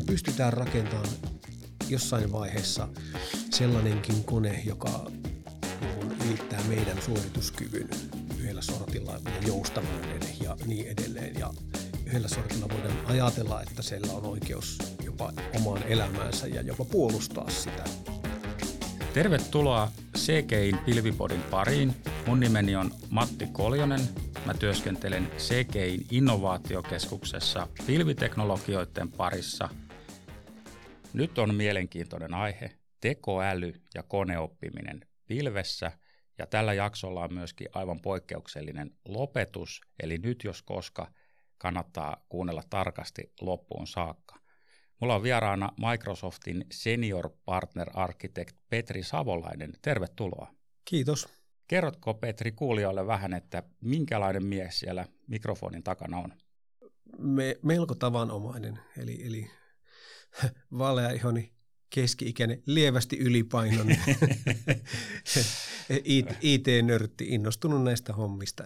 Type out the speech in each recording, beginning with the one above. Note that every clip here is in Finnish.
pystytään rakentamaan jossain vaiheessa sellainenkin kone, joka ylittää meidän suorituskyvyn yhdellä sortilla ja joustavuuden ja niin edelleen. Ja yhdellä sortilla voidaan ajatella, että siellä on oikeus jopa omaan elämäänsä ja jopa puolustaa sitä. Tervetuloa CGI:n Pilvipodin pariin. Mun nimeni on Matti Koljonen. Mä työskentelen CGI:n innovaatiokeskuksessa pilviteknologioiden parissa. Nyt on mielenkiintoinen aihe, tekoäly ja koneoppiminen pilvessä. Ja tällä jaksolla on myöskin aivan poikkeuksellinen lopetus, eli nyt jos koska kannattaa kuunnella tarkasti loppuun saakka. Mulla on vieraana Microsoftin Senior Partner Architect Petri Savolainen. Tervetuloa. Kiitos. Kerrotko Petri kuulijoille vähän, että minkälainen mies siellä mikrofonin takana on? Melko tavanomainen, eli vaaleaihoni, keski-ikäinen, lievästi ylipainoinen IT-nörtti, innostunut näistä hommista.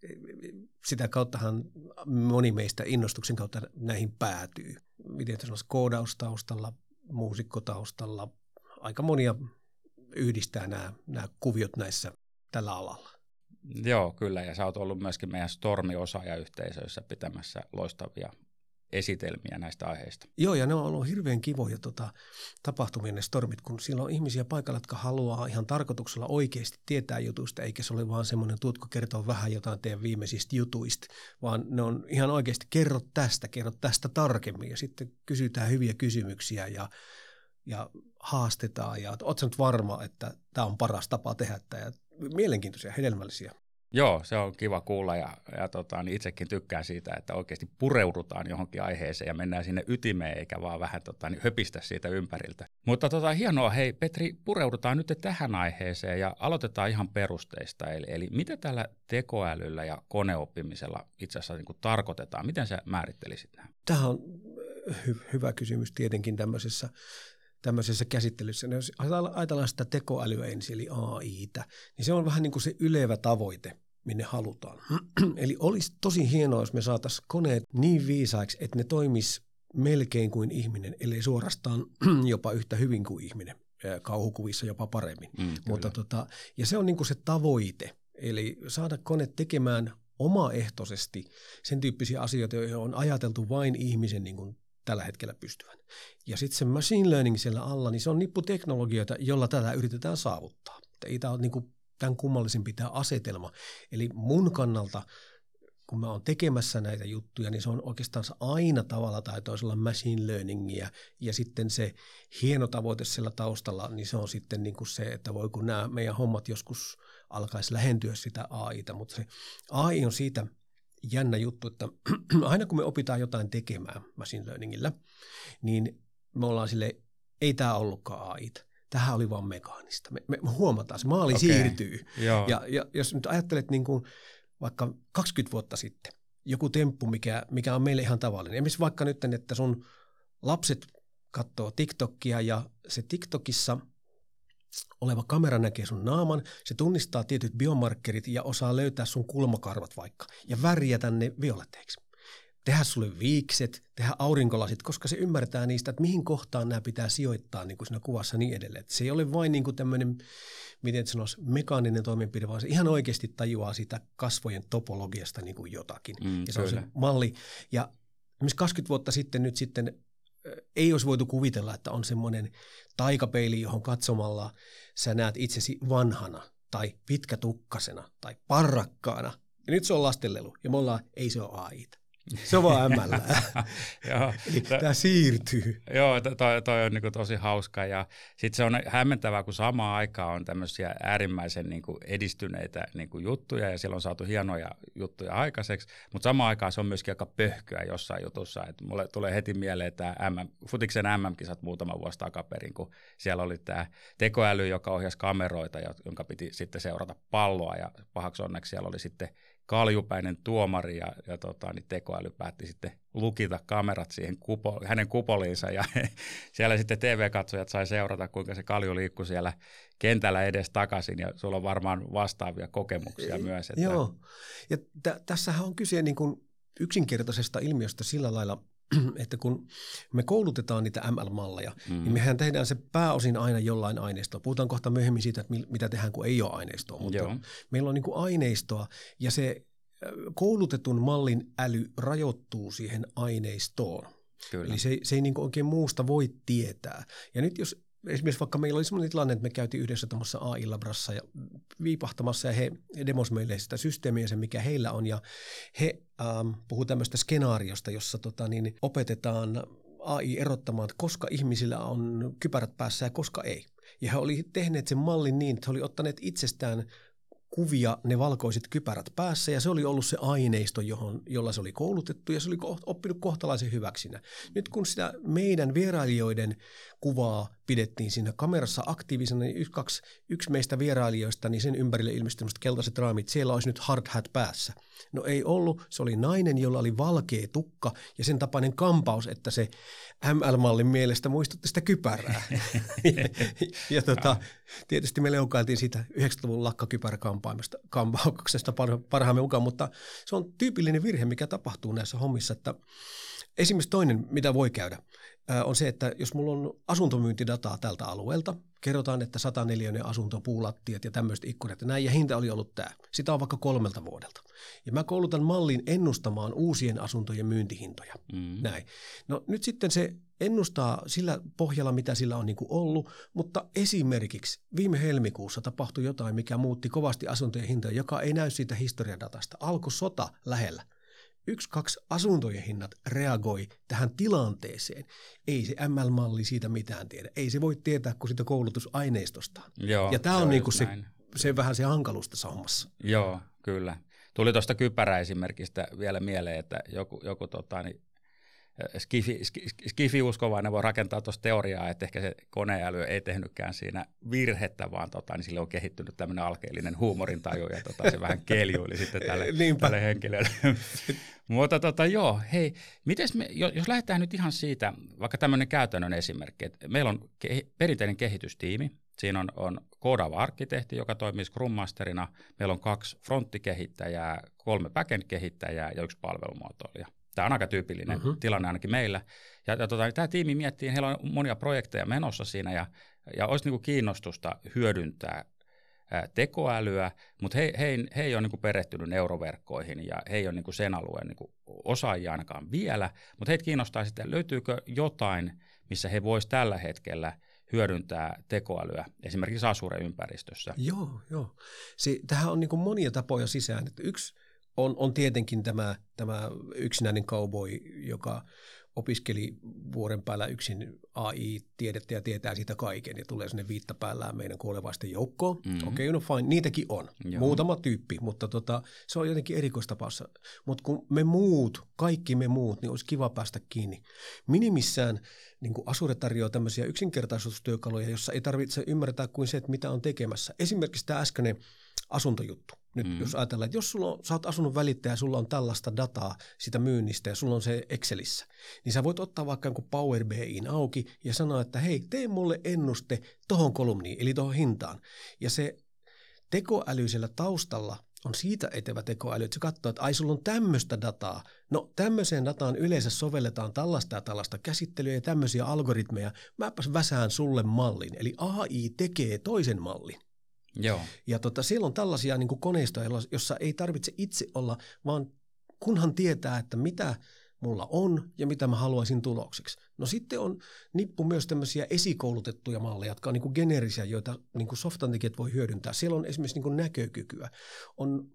Sitä kauttahan moni meistä innostuksen kautta näihin päätyy. Miten sanoisi, koodaustaustalla, muusikkotaustalla, aika monia yhdistää nämä kuviot näissä tällä alalla. Joo, kyllä, ja sä oot ollut myöskin meidän Stormi-osaajayhteisöissä pitämässä loistavia esitelmiä näistä aiheista. Joo, ja ne on ollut hirveän kivoja tapahtumia ne Stormit, kun siellä on ihmisiä paikalla, jotka haluaa ihan tarkoituksella oikeasti tietää jutuista, eikä se ole vaan semmoinen, tuutko kertoa vähän jotain teidän viimeisistä jutuista, vaan ne on ihan oikeasti, kerro tästä tarkemmin, ja sitten kysytään hyviä kysymyksiä ja haastetaan, ja ootko nyt varma, että tämä on paras tapa tehdä tämä, ja mielenkiintoisia, hedelmällisiä. Joo, se on kiva kuulla ja niin itsekin tykkään siitä, että oikeasti pureudutaan johonkin aiheeseen ja mennään sinne ytimeen eikä vaan vähän niin höpistä siitä ympäriltä. Mutta hienoa, hei Petri, pureudutaan nyt tähän aiheeseen ja aloitetaan ihan perusteista. Eli mitä tällä tekoälyllä ja koneoppimisella itse asiassa niin kuin tarkoitetaan? Miten sä määrittelisit nämä? Tämä on hyvä kysymys tietenkin tämmöisessä käsittelyssä. Jos ajatellaan sitä tekoälyä ensin, eli AI:tä, niin se on vähän niin kuin se ylevä tavoite, minne halutaan. Eli olisi tosi hienoa, jos me saataisiin koneet niin viisaiksi, että ne toimis melkein kuin ihminen, ellei suorastaan jopa yhtä hyvin kuin ihminen, kauhukuvissa jopa paremmin. Ja se on niin kuin se tavoite, eli saada kone tekemään omaehtoisesti sen tyyppisiä asioita, joihin on ajateltu vain ihmisen niin kuin tällä hetkellä pystyvän. Ja sitten se machine learning siellä alla, niin se on nipputeknologioita, jolla tätä yritetään saavuttaa. Ei tämä ole niin kuin tämän kummallisempi tämä asetelma. Eli mun kannalta, kun mä oon tekemässä näitä juttuja, niin se on oikeastaan aina tavalla tai toisella machine learningia. Ja sitten se hieno tavoite siellä taustalla, niin se on sitten niin kuin se, että voi kun nämä meidän hommat joskus alkaisi lähentyä sitä AI:ta. Mutta se AI on siitä jännä juttu, että aina kun me opitaan jotain tekemään machine learningillä, niin me ollaan silleen, ei tämä ollutkaan AI:ta. Tämähän oli vaan mekaanista. Me huomataan, se maali siirtyy. Ja jos nyt ajattelet niin kuin vaikka 20 vuotta sitten, joku temppu, mikä on meille ihan tavallinen. Esimerkiksi vaikka nyt, että sun lapset katsoo TikTokia ja se TikTokissa oleva kamera näkee sun naaman, se tunnistaa tietyt biomarkkerit ja osaa löytää sun kulmakarvat vaikka ja värjätä ne violetteiksi. Tehdä sulle viikset, tehdä aurinkolasit, koska se ymmärtää niistä, että mihin kohtaan nämä pitää sijoittaa niin kuin siinä kuvassa niin edelleen. Että se ei ole vain niin kuin tämmöinen, miten sanoisi, mekaaninen toimenpide, vaan se ihan oikeasti tajuaa sitä kasvojen topologiasta niin kuin jotakin. Ja se on se malli. Ja esimerkiksi 20 vuotta sitten nyt sitten ei olisi voitu kuvitella, että on semmoinen taikapeili, johon katsomalla sä näet itsesi vanhana tai pitkätukkasena tai parrakkaana. Ja nyt se on lastenlelu ja me ollaan, ei se ole AI:ta. Se on vaan ML. Eli tämä siirtyy. Joo, toi on niin kuin tosi hauska ja sitten se on hämmentävää, kun samaan aikaan on tämmöisiä äärimmäisen niin kuin edistyneitä niin kuin juttuja ja siellä on saatu hienoja juttuja aikaiseksi, mutta samaan aikaan se on myöskin aika pöhköä jossain jutussa. Et mulle tulee heti mieleen tämä futiksen MM-kisat muutama vuosi takaperin, kun siellä oli tämä tekoäly, joka ohjasi kameroita, jonka piti sitten seurata palloa ja pahaksi onneksi siellä oli sitten kaljupäinen tuomari ja niin tekoäly päätti sitten lukita kamerat siihen hänen kupoliinsa ja siellä sitten TV-katsojat sai seurata, kuinka se kalju liikkui siellä kentällä edes takaisin ja sulla on varmaan vastaavia kokemuksia myös. Että... Joo, ja tässähän on kyse niin kuin yksinkertaisesta ilmiöstä sillä lailla, että kun me koulutetaan niitä ML-malleja, niin mehän tehdään se pääosin aina jollain aineistoa. Puhutaan kohta myöhemmin siitä, että mitä tehdään, kun ei ole aineistoa, mutta meillä on niin kuin aineistoa ja se koulutetun mallin äly rajoittuu siihen aineistoon. Kyllä. Eli se ei niin kuin oikein muusta voi tietää. Ja nyt jos esimerkiksi vaikka meillä oli sellainen tilanne, että me käytiin yhdessä tämmöisessä AI-labrassa ja viipahtamassa ja he demos meille sitä systeemiä, se mikä heillä on ja he puhuu tämmöistä skenaariosta, jossa opetetaan AI erottamaan, että koska ihmisillä on kypärät päässä ja koska ei. Ja he oli tehneet sen mallin niin, että he oli ottaneet itsestään kuvia ne valkoiset kypärät päässä ja se oli ollut se aineisto, jolla se oli koulutettu ja se oli oppinut kohtalaisen hyväksinä. Nyt kun sitä meidän vierailijoiden kuvaa pidettiin siinä kamerassa aktiivisena, niin yksi meistä vierailijoista, niin sen ympärille ilmestyi keltaiset raamit, siellä olisi nyt hard hat päässä. No ei ollut, se oli nainen, jolla oli valkea tukka ja sen tapainen kampaus, että se ML-mallin mielestä muistutti sitä kypärää. Tietysti me leukailtiin siitä 90-luvun lakkakypäräkampauksesta parhaamme mukaan, mutta se on tyypillinen virhe, mikä tapahtuu näissä hommissa, että esimerkiksi toinen, mitä voi käydä, on se, että jos mulla on asuntomyyntidataa tältä alueelta, kerrotaan, että 104 asunto, puulattiat ja tämmöiset ikkunat ja näin, ja hinta oli ollut tämä. Sitä on vaikka 3 vuodelta. Ja mä koulutan mallin ennustamaan uusien asuntojen myyntihintoja. Näin. No nyt sitten se ennustaa sillä pohjalla, mitä sillä on niin kuin ollut, mutta esimerkiksi viime helmikuussa tapahtui jotain, mikä muutti kovasti asuntojen hintoja, joka ei näy siitä historiadatasta. Alkoi sota lähellä. 1-2 asuntojen hinnat reagoi tähän tilanteeseen. Ei se ML-malli siitä mitään tiedä. Ei se voi tietää kuin siitä koulutusaineistostaan. Joo, ja tämä on niinku se vähän se hankaluus tässä hommassa. Joo, kyllä. Tuli tuosta kypäräesimerkistä vielä mieleen, että joku skifi-uskovainen voi rakentaa tuosta teoriaa, että ehkä se koneäly ei tehnytkään siinä virhettä, vaan niin sille on kehittynyt tämmöinen alkeellinen huumorintaju ja se vähän keljuili sitten tälle henkilölle. Mutta joo, hei, jos lähdetään nyt ihan siitä, vaikka tämmöinen käytännön esimerkki, että meillä on perinteinen kehitystiimi, siinä on koodaava arkkitehti, joka toimii Scrum Masterina, meillä on 2 fronttikehittäjää, 3 backend-kehittäjää ja 1 palvelumuotoilija. Tämä on aika tyypillinen tilanne ainakin meillä. Ja tämä tiimi miettii, heillä on monia projekteja menossa siinä ja olisi niin kuin kiinnostusta hyödyntää tekoälyä, mutta he ei ole niin kuin perehtynyt neuroverkkoihin ja he ei ole niin kuin sen alueen niin kuin osaajia ainakaan vielä, mutta heitä kiinnostaa sitten, löytyykö jotain, missä he voisivat tällä hetkellä hyödyntää tekoälyä esimerkiksi Azure-ympäristössä. Joo. Tähän on niin kuin monia tapoja sisään. Että yksi on tietenkin tämä yksinäinen cowboy, joka opiskeli vuoden päällä yksin AI-tiedettä ja tietää siitä kaiken ja tulee sinne viittapäällään meidän kuolevaisten joukkoon. Okei, no fine, niitäkin on. Joo. Muutama tyyppi, mutta se on jotenkin erikoistapaus. Mutta kun kaikki me muut, niin olisi kiva päästä kiinni. Minimissään niin kuin Azure tarjoaa tämmöisiä yksinkertaisuustyökaluja, jossa ei tarvitse ymmärtää kuin se, että mitä on tekemässä. Esimerkiksi tämä äskeinen asuntojuttu. Nyt jos ajatellaan, että jos sä oot asunut välittäjä ja sulla on tällaista dataa sitä myynnistä ja sulla on se Excelissä, niin sä voit ottaa vaikka jonkun Power BI:n auki ja sanoa, että hei, tee mulle ennuste tohon kolumniin, eli tohon hintaan. Ja se tekoäly siellä taustalla on siitä etevä tekoäly, että se katsoo, että ai sulla on tämmöistä dataa. No tämmöiseen dataan yleensä sovelletaan tällaista ja tällaista käsittelyä ja tämmöisiä algoritmeja. Mäpäs väsään sulle mallin, eli AI tekee toisen mallin. Joo. Ja siellä on tällaisia niin kuin koneistoja, jossa ei tarvitse itse olla, vaan kunhan tietää, että mitä mulla on ja mitä mä haluaisin tulokseksi. No sitten on nippu myös tämmöisiä esikoulutettuja malleja, jotka on niin kuin geneerisiä, joita niin kuin softantekijät voi hyödyntää. Siellä on esimerkiksi niin kuin näkökykyä. On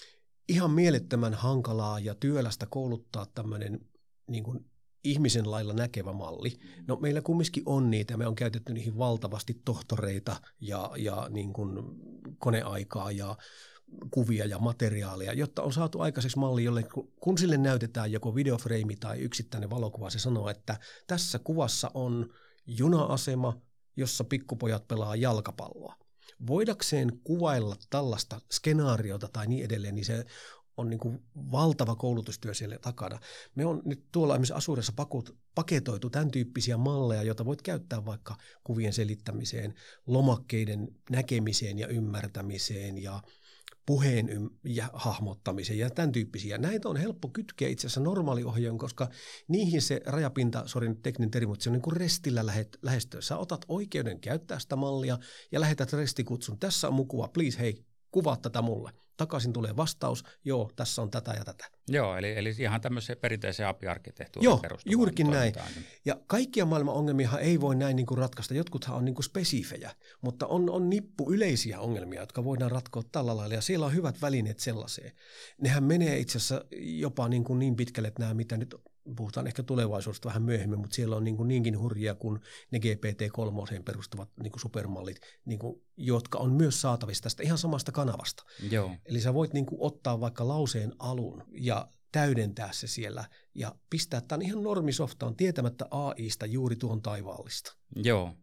ihan mielettömän hankalaa ja työlästä kouluttaa tämmöinen niin kuin ihmisen lailla näkevä malli. No meillä kumminkin on niitä, me on käytetty niihin valtavasti tohtoreita ja niin kuin koneaikaa ja kuvia ja materiaalia, jotta on saatu aikaiseksi malli, jolle kun sille näytetään joko videofreimi tai yksittäinen valokuva, se sanoo, että tässä kuvassa on juna-asema, jossa pikkupojat pelaa jalkapalloa. Voidakseen kuvailla tällaista skenaariota tai niin edelleen, niin se on niin kuin valtava koulutustyö siellä takana. Me on nyt tuolla esimerkiksi Azuressa paketoitu tämän tyyppisiä malleja, joita voit käyttää vaikka kuvien selittämiseen, lomakkeiden näkemiseen ja ymmärtämiseen ja puheen ja hahmottamisen ja tämän tyyppisiä. Näitä on helppo kytkeä itse asiassa normaaliohjeen, koska niihin se rajapinta, tekninen termi, mutta se on niin kuin restillä lähestyä. Sä otat oikeuden käyttää sitä mallia ja lähetät restikutsun. Tässä on mun kuva, please, hei, kuvaa tätä mulle. Takaisin tulee vastaus, joo, tässä on tätä ja tätä. Joo, eli ihan tämmöiseen perinteiseen API-arkkitehtuuriin perustuvaan. Joo, juurikin näin. Toimintaan. Ja kaikkia maailman ongelmia ei voi näin niin kuin ratkaista. Jotkuthan on niin kuin spesifejä, mutta on nippu yleisiä ongelmia, jotka voidaan ratkoa tällä lailla. Ja siellä on hyvät välineet sellaiseen. Nehän menee itse asiassa jopa niin pitkälle, että nämä, mitä nyt puhutaan ehkä tulevaisuudesta vähän myöhemmin, mutta siellä on niinkin hurjia kuin ne GPT-3 perustuvat niin kuin supermallit, niin kuin, jotka on myös saatavissa tästä ihan samasta kanavasta. Joo. Eli sä voit niin kuin ottaa vaikka lauseen alun ja täydentää se siellä ja pistää tämän ihan normisoftaan tietämättä AIsta juuri tuon taivaallista. Joo.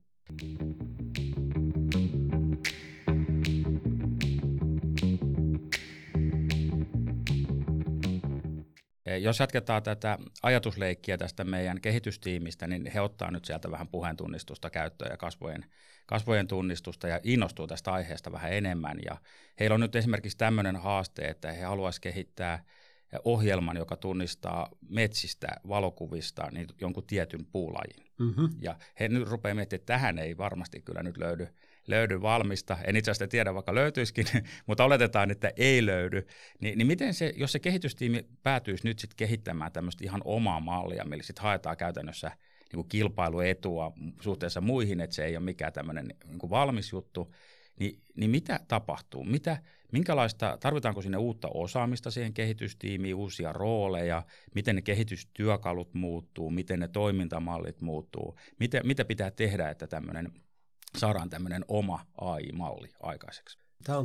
Jos jatketaan tätä ajatusleikkiä tästä meidän kehitystiimistä, niin he ottaa nyt sieltä vähän puheen tunnistusta käyttöön ja kasvojen tunnistusta ja innostuu tästä aiheesta vähän enemmän. Ja heillä on nyt esimerkiksi tämmöinen haaste, että he haluaisivat kehittää ohjelman, joka tunnistaa metsistä, valokuvista niin jonkun tietyn puulajin. Mm-hmm. Ja he nyt rupeaa miettimään, että tähän ei varmasti kyllä nyt löydy valmista. En itse asiassa tiedä, vaikka löytyisikin, mutta oletetaan, että ei löydy. Niin miten se, jos se kehitystiimi päätyisi nyt sitten kehittämään tämmöistä ihan omaa mallia, millä sitten haetaan käytännössä niin kuin kilpailuetua suhteessa muihin, että se ei ole mikään tämmöinen niin kuin valmis juttu, niin mitä tapahtuu? Minkälaista, tarvitaanko sinne uutta osaamista siihen kehitystiimiin, uusia rooleja, miten ne kehitystyökalut muuttuu, miten ne toimintamallit muuttuu, mitä pitää tehdä, että saadaan tämmöinen oma AI-malli aikaiseksi? Tämä on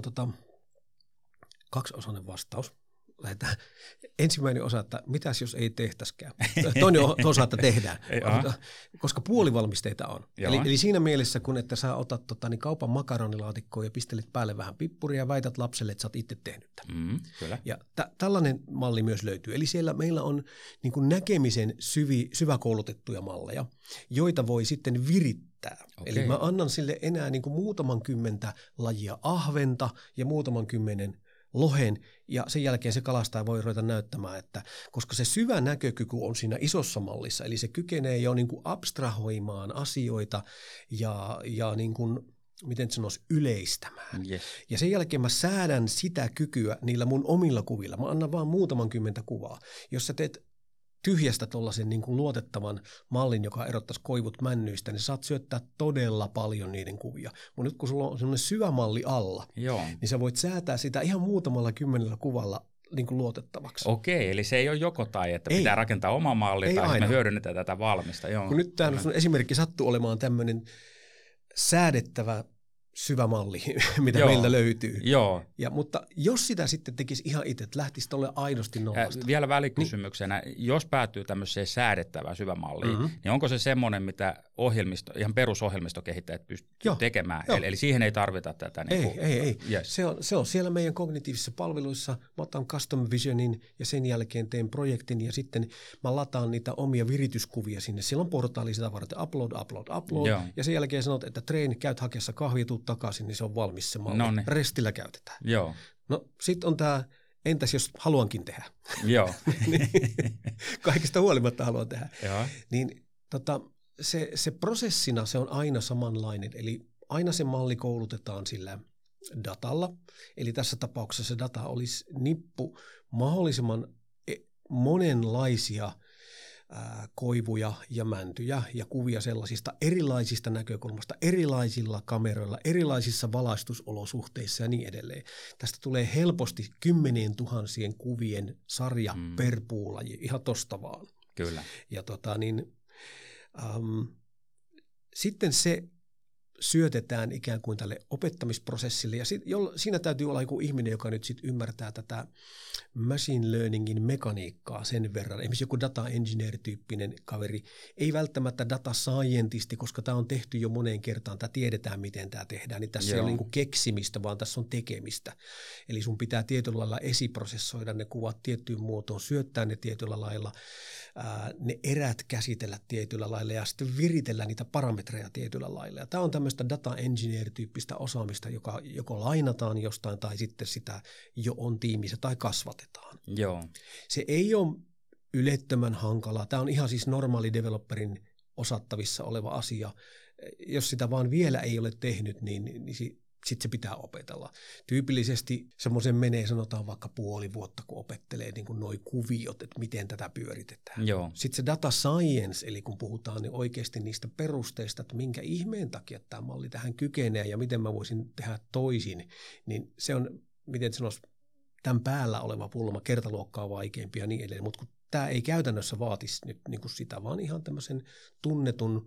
kaksiosainen vastaus. Lähdetään. Ensimmäinen osa, että mitäs jos ei tehtäskään. Toinen osa, että tehdään, koska puolivalmisteita on. Eli siinä mielessä, kun että sä otat kaupan makaronilaatikkoa ja pistelet päälle vähän pippuria ja väität lapselle, että sä oot itse tehnyt tämän. Kyllä. Ja tällainen malli myös löytyy. Eli siellä meillä on niin kuin näkemisen syväkoulutettuja malleja, joita voi sitten virittää. Okay. Eli mä annan sille enää niin kuin muutaman kymmentä lajia ahventa ja muutaman kymmenen lohen, ja sen jälkeen se kalastaja voi ruveta näyttämään, että koska se syvä näkökyky on siinä isossa mallissa, eli se kykenee jo niin kuin abstrahoimaan asioita ja niin kuin, miten sanoisi, yleistämään. Yes. Ja sen jälkeen mä säädän sitä kykyä niillä mun omilla kuvilla. Mä annan vaan muutaman kymmentä kuvaa. Jos sä teet tyhjästä tuollaisen niin kuin luotettavan mallin, joka erottaisi koivut männyistä, niin saat syöttää todella paljon niiden kuvia. Mutta nyt kun sulla on semmoinen syvä malli alla, niin sä voit säätää sitä ihan muutamalla 10 kuvalla niin kuin luotettavaksi. Okei, eli se ei ole joko tai, että pitää rakentaa oma malli tai me hyödynnetään tätä valmista. Joo. Kun nyt tämä esimerkki sattuu olemaan tämmöinen säädettävä syvä malli, mitä meiltä löytyy. Joo. Mutta jos sitä sitten tekisi ihan itse, että lähtisi tuolle aidosti nollasta. Vielä välikysymyksenä, jos päätyy tämmöiseen säädettävään syvämalliin, niin onko se semmoinen, mitä ihan perusohjelmistokehittäjät pystyy tekemään? Eli siihen ei tarvita tätä. Ei. Yes. Se on siellä meidän kognitiivisissa palveluissa. Mä otan custom visionin ja sen jälkeen teen projektin ja sitten mä lataan niitä omia virityskuvia sinne. Siellä on portaali sitä varten, upload. Joo. Ja sen jälkeen sanot, että käyt hakeessa kahvia, takaisin, niin se on valmis se malli. Noniin. Restillä käytetään. Joo. No sit on tämä, entäs jos haluankin tehdä? Joo. Kaikista huolimatta haluan tehdä. Joo. Niin se prosessina se on aina samanlainen, eli aina se malli koulutetaan sillä datalla, eli tässä tapauksessa se data olisi nippu mahdollisimman monenlaisia koivuja ja mäntyjä ja kuvia sellaisista erilaisista näkökulmasta, erilaisilla kameroilla, erilaisissa valaistusolosuhteissa ja niin edelleen. Tästä tulee helposti 10 000 kuvien sarja per puulaji, ihan tosta vaan. Kyllä. Ja sitten se syötetään ikään kuin tälle opettamisprosessille, ja siinä täytyy olla joku ihminen, joka nyt sitten ymmärtää tätä machine learningin mekaniikkaa sen verran. Esimerkiksi joku data engineer-tyyppinen kaveri, ei välttämättä data scientisti, koska tämä on tehty jo moneen kertaan, tämä tiedetään, miten tämä tehdään, niin tässä ei ole niin kuin keksimistä, vaan tässä on tekemistä. Eli sun pitää tietyllä lailla esiprosessoida ne kuvat tiettyyn muotoon, syöttää ne tietyllä lailla, ne erät käsitellä tietyllä lailla ja sitten viritellä niitä parametreja tietyllä lailla. Ja tämä on tämmöistä tämmöistä data engineer-tyyppistä osaamista, joka joko lainataan jostain tai sitten sitä jo on tiimissä tai kasvatetaan. Joo. Se ei ole ylettömän hankalaa. Tämä on ihan siis normaali developerin osattavissa oleva asia. Jos sitä vaan vielä ei ole tehnyt, niin sitten se pitää opetella. Tyypillisesti semmoisen menee, sanotaan vaikka puoli vuotta, kun opettelee niin kuin noi kuviot, että miten tätä pyöritetään. Joo. Sitten se data science, eli kun puhutaan niin oikeasti niistä perusteista, että minkä ihmeen takia tämä malli tähän kykenee ja miten mä voisin tehdä toisin, niin se on, miten sanoisi, tämän päällä oleva pulma, kertaluokkaa vaikeampi ja niin edelleen. Mutta tämä ei käytännössä vaatisi nyt niin kuin sitä, vaan ihan tämmöisen tunnetun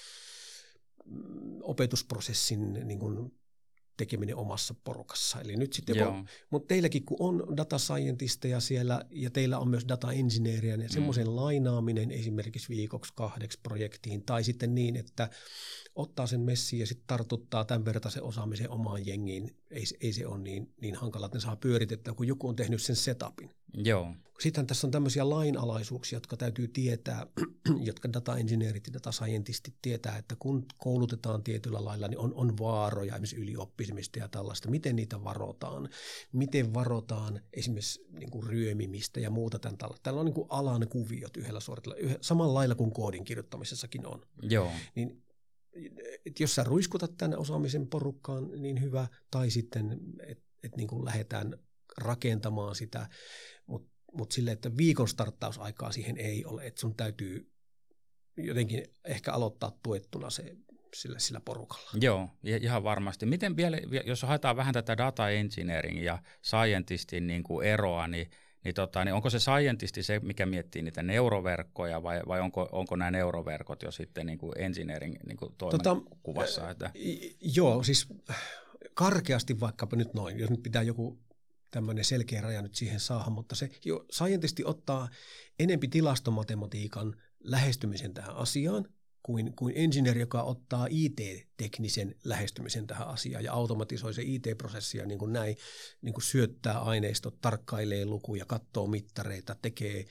opetusprosessin niin kuin tekeminen omassa porukassa. Eli nyt sitten mutta teilläkin kun on data scientisteja siellä ja teillä on myös data engineeria, niin semmoisen lainaaminen esimerkiksi viikoksi 2 projektiin tai sitten niin, että ottaa sen messiin ja sitten tartuttaa tämän vertaisen osaamisen omaan jengiin. Ei se ole niin hankala, että ne saa pyöritettyä, kun joku on tehnyt sen setupin. Joo. Sittenhän tässä on tämmöisiä lainalaisuuksia, jotka täytyy tietää, jotka data engineerit ja data scientistit tietää, että kun koulutetaan tietyllä lailla, niin on vaaroja esimerkiksi ylioppimisesta ja tällaista. Miten niitä varotaan? Miten varotaan esimerkiksi niin kuin ryömimistä ja muuta tämän tällaista? Täällä on niin kuin alan kuviot yhdellä suoritella, samalla lailla kuin koodin kirjoittamisessakin on. Joo. Niin, jos sä ruiskutat tänne osaamisen porukkaan, niin hyvä, tai sitten, että niin kuin lähdetään rakentamaan sitä, mutta silleen, että viikon starttausaikaa siihen ei ole, että sun täytyy jotenkin ehkä aloittaa tuettuna se sillä porukalla. Joo, ihan varmasti. Miten vielä, jos haetaan vähän tätä data engineering ja scientistin niin kuin eroa, niin onko se scientisti se, mikä miettii niitä neuroverkkoja vai onko nämä neuroverkot jo sitten niin kuin engineering niin kuin toimenkuvassa? Joo, siis karkeasti vaikkapa nyt noin, jos nyt pitää joku tämmöinen selkeä raja nyt siihen saada, mutta se scientisti ottaa enempi tilastomatematiikan lähestymisen tähän asiaan kuin engineer, joka ottaa IT-teknisen lähestymisen tähän asiaan ja automatisoi se IT-prosessia niin kuin näin, niin kuin syöttää aineistot, tarkkailee lukuja, katsoo mittareita, tekee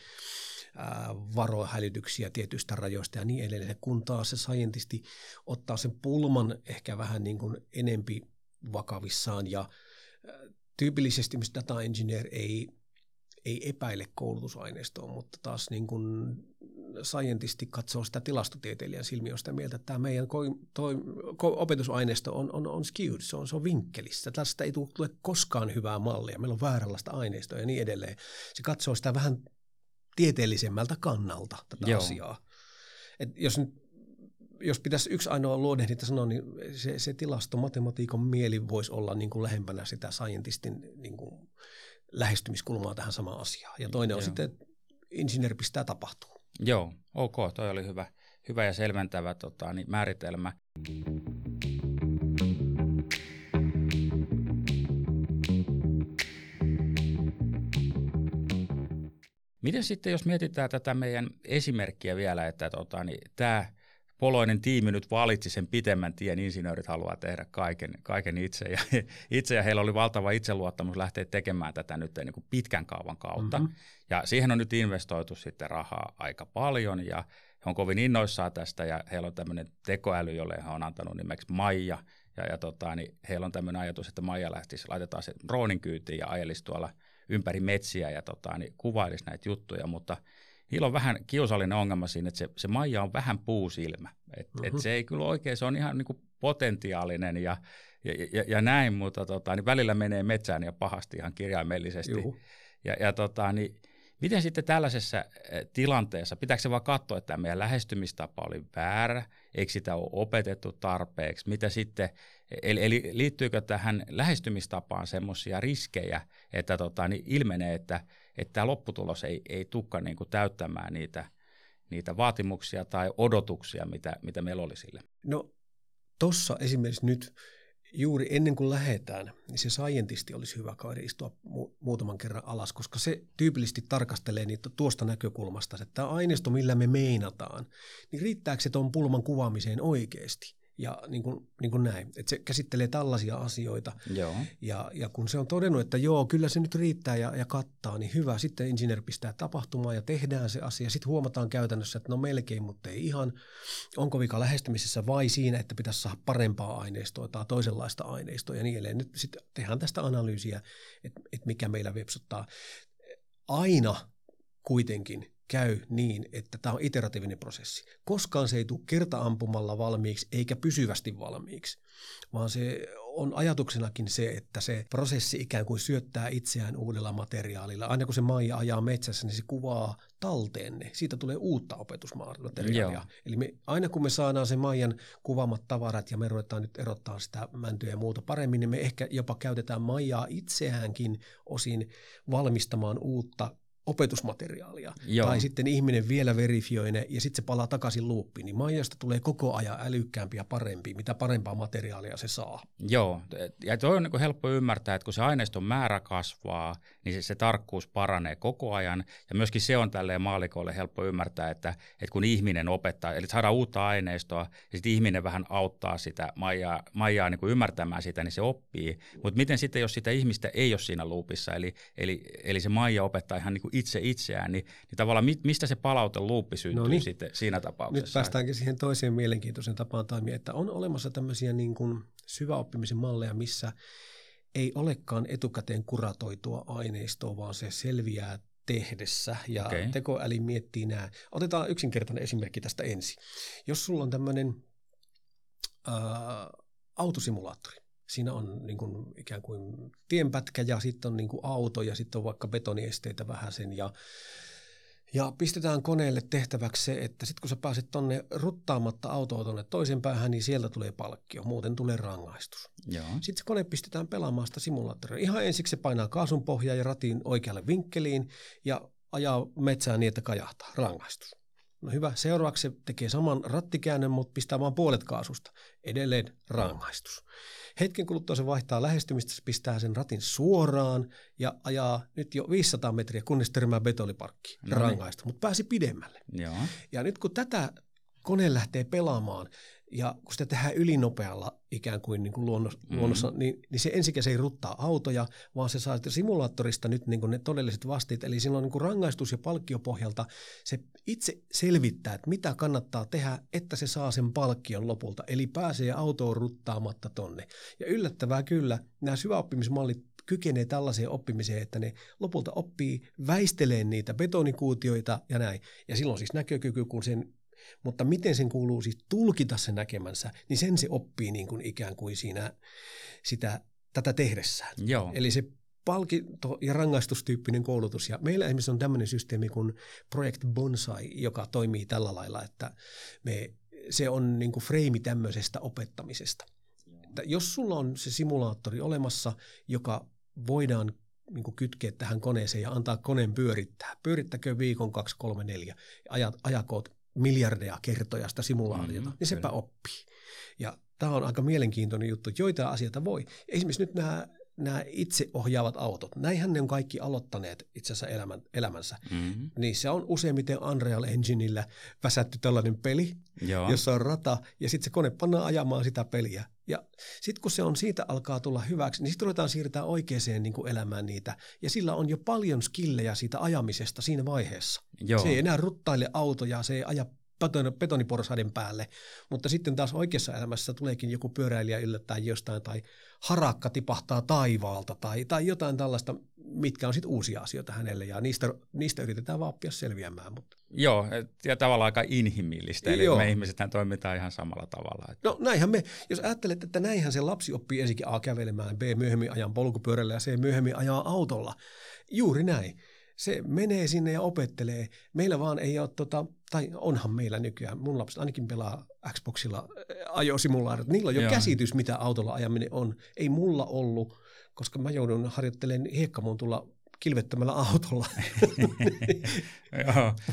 varohälytyksiä tietyistä rajoista ja niin edelleen, kun taas se scientisti ottaa sen pulman ehkä vähän niin kuin enempi vakavissaan ja tyypillisesti myös data engineer ei epäile koulutusaineistoa, mutta taas niin kuin scientisti katsoo sitä tilastotieteilijän silmiä, on sitä mieltä, että tämä meidän opetusaineisto on skewed, se on vinkkelissä. Tästä ei tule koskaan hyvää mallia, meillä on vääränlaista aineistoa ja niin edelleen. Se katsoo sitä vähän tieteellisemmältä kannalta tätä asiaa. Et jos pitäisi yksi ainoa luonnehdinta sanoa, niin se tilastomatematiikan mieli voisi olla niin kuin lähempänä sitä scientistin niin kuin lähestymiskulmaa tähän samaan asiaan. Ja toinen on sitten, että insinööri pistää tapahtuu. Joo, ok, toi oli hyvä ja selventävä määritelmä. Miten sitten, jos mietitään tätä meidän esimerkkiä vielä, että tämä Poloinen tiimi nyt valitsi sen pitemmän tien, insinöörit haluaa tehdä kaiken itse ja heillä oli valtava itseluottamus lähteä tekemään tätä nyt niin kuin pitkän kaavan kautta. Mm-hmm. Ja siihen on nyt investoitu sitten rahaa aika paljon ja he on kovin innoissaan tästä ja heillä on tämmöinen tekoäly, jolle he on antanut nimeksi Maija. Niin heillä on tämmöinen ajatus, että Maija laitetaan se droonin kyytiin ja ajelisi tuolla ympäri metsiä ja niin kuvailisi näitä juttuja, mutta niillä on vähän kiusallinen ongelma siinä, että se Maija on vähän puusilmä. Et se ei kyllä oikein, se on ihan niin kuin potentiaalinen ja näin, mutta niin välillä menee metsään ja pahasti ihan kirjaimellisesti. Niin, miten sitten tällaisessa tilanteessa, pitääkö se vaan katsoa, että tämä meidän lähestymistapa oli väärä, eikö sitä ole opetettu tarpeeksi, mitä sitten, eli liittyykö tähän lähestymistapaan semmoisia riskejä, että niin ilmenee, että tämä lopputulos ei tukka niin kuin täyttämään niitä vaatimuksia tai odotuksia, mitä meillä oli sille? No tuossa esimerkiksi nyt juuri ennen kuin lähdetään, niin se scientisti olisi hyvä kaveri istua muutaman kerran alas, koska se tyypillisesti tarkastelee niitä tuosta näkökulmasta, että tämä aineisto, millä me meinataan, niin riittääkö se tuon pulman kuvaamiseen oikeasti? Ja niin kuin näin, että se käsittelee tällaisia asioita. Joo. Ja kun se on todennut, että joo, kyllä se nyt riittää ja kattaa, niin hyvä. Sitten insinööri pistää tapahtumaan ja tehdään se asia. Sitten huomataan käytännössä, että no melkein, mutta ei ihan. Onko vika lähestymisessä vai siinä, että pitäisi saada parempaa aineistoa tai toisenlaista aineistoa ja niin edelleen. Nyt sitten tehdään tästä analyysiä, että mikä meillä vepsottaa. Aina kuitenkin käy niin, että tämä on iteratiivinen prosessi. Koskaan se ei tule kertaampumalla valmiiksi eikä pysyvästi valmiiksi, vaan se on ajatuksenakin se, että se prosessi ikään kuin syöttää itseään uudella materiaalilla. Aina kun se maija ajaa metsässä, niin se kuvaa talteen ne. Siitä tulee uutta opetusmateriaalia. Joo. Eli aina kun me saadaan se maijan kuvaamat tavarat ja me ruvetaan nyt erottaa sitä mäntyä ja muuta paremmin, niin me ehkä jopa käytetään maijaa itseäänkin osin valmistamaan uutta opetusmateriaalia. Joo. Tai sitten ihminen vielä verifioi ne ja sitten se palaa takaisin luuppiin, niin maijasta tulee koko ajan älykkäämpi ja parempi, mitä parempaa materiaalia se saa. Joo, ja toi on niin kuin helppo ymmärtää, että kun se aineiston määrä kasvaa, niin se tarkkuus paranee koko ajan, ja myöskin se on tälleen maalikoille helppo ymmärtää, että kun ihminen opettaa, eli saadaan uutta aineistoa, ja sitten ihminen vähän auttaa sitä maijaa niin kuin ymmärtämään sitä, niin se oppii, mutta miten sitten, jos sitä ihmistä ei ole siinä luupissa, eli se maija opettaa ihan niin kuin itse itseään, niin tavallaan mistä se palauteluuppi syntyy sitten siinä tapauksessa? Nyt päästäänkin siihen toiseen mielenkiintoisen tapaan toimia, että on olemassa tämmöisiä niin kuin syväoppimisen malleja, missä ei olekaan etukäteen kuratoitua aineistoa, vaan se selviää tehdessä ja tekoäly miettii nämä. Otetaan yksinkertainen esimerkki tästä ensin. Jos sulla on tämmöinen autosimulaattori, siinä on niin kuin ikään kuin tienpätkä ja sitten on niin kuin auto ja sitten on vaikka betoniesteitä vähäsen ja pistetään koneelle tehtäväksi se, että sitten kun sä pääset tonne ruttaamatta autoa tonne toisen päähän, niin sieltä tulee palkkio, muuten tulee rangaistus. Joo. Sitten se kone pistetään pelaamaan sitä simulaattoria. Ihan ensiksi se painaa kaasun pohjaa ja ratin oikealle vinkkeliin ja ajaa metsään niin, että kajahtaa, rangaistus. No hyvä, seuraavaksi se tekee saman rattikäännön, mutta pistää vaan puolet kaasusta. Edelleen rangaistus. Hetken kuluttua se vaihtaa lähestymistä, se pistää sen ratin suoraan ja ajaa nyt jo 500 metriä, kunnes törmää betoniparkkiin. Rangaistus, mutta pääsi pidemmälle. Joo. Ja nyt kun tätä kone lähtee pelaamaan ja kun sitä tehdään ylinopealla ikään kuin, luonnossa, niin se ensikäs ei ruttaa autoja, vaan se saa simulaattorista nyt niin kuin ne todelliset vastiit. Eli silloin niin kuin rangaistus- ja palkkiopohjalta se itse selvittää, että mitä kannattaa tehdä, että se saa sen palkkion lopulta. Eli pääsee autoon ruttaamatta tonne. Ja yllättävää kyllä, nämä syväoppimismallit kykenee tällaiseen oppimiseen, että ne lopulta oppii väisteleen niitä betonikuutioita ja näin. Ja silloin siis näkökyky, kun sen mutta miten sen kuuluu siis tulkita sen näkemänsä, niin sen se oppii niin kuin ikään kuin siinä tätä tehdessään. Joo. Eli se palkinto- ja rangaistustyyppinen koulutus. Ja meillä esimerkiksi on tämmöinen systeemi kuin Project Bonsai, joka toimii tällä lailla, että se on niin kuin freimi tämmöisestä opettamisesta. Että jos sulla on se simulaattori olemassa, joka voidaan niin kuin kytkeä tähän koneeseen ja antaa koneen pyörittää. Pyörittäkö viikon 2, 3, 4 ajakoot miljardeja kertoja sitä simulaatiota, niin sepä oppii. Ja tämä on aika mielenkiintoinen juttu, että joitain asioita voi. Esimerkiksi nyt nämä itseohjaavat autot, näinhän ne on kaikki aloittaneet itse asiassa elämänsä. Mm-hmm. Niissä on useimmiten Unreal Engineillä väsätty tällainen peli, jossa on rata, ja sitten se kone pannaan ajamaan sitä peliä. Ja sitten kun se on siitä alkaa tulla hyväksi, niin sitten ruvetaan siirtää oikeaan niin kuin elämään niitä. Ja sillä on jo paljon skillejä siitä ajamisesta siinä vaiheessa. Joo. Se ei enää ruttaile autoja, se ei aja betoniporsaiden päälle, mutta sitten taas oikeassa elämässä tuleekin joku pyöräilijä yllättäen jostain tai harakka tipahtaa taivaalta tai jotain tällaista, mitkä on sitten uusia asioita hänelle ja niistä yritetään vaan oppia selviämään. Mutta. Joo, ja tavallaan aika inhimillistä, eli me ihmisethän toimitaan ihan samalla tavalla. Että. No näinhän jos ajattelet, että näinhän se lapsi oppii ensinnäkin A kävelemään, B myöhemmin ajan polkupyörällä ja C myöhemmin ajaa autolla. Juuri näin. Se menee sinne ja opettelee. Meillä vaan ei ole, tai onhan meillä nykyään, mun lapset ainakin pelaa Xboxilla ajosimulaarit. Niillä on jo käsitys, mitä autolla ajaminen on. Ei mulla ollut, koska mä joudun harjoittelemaan hiekkamuuntulla kilvettömällä autolla.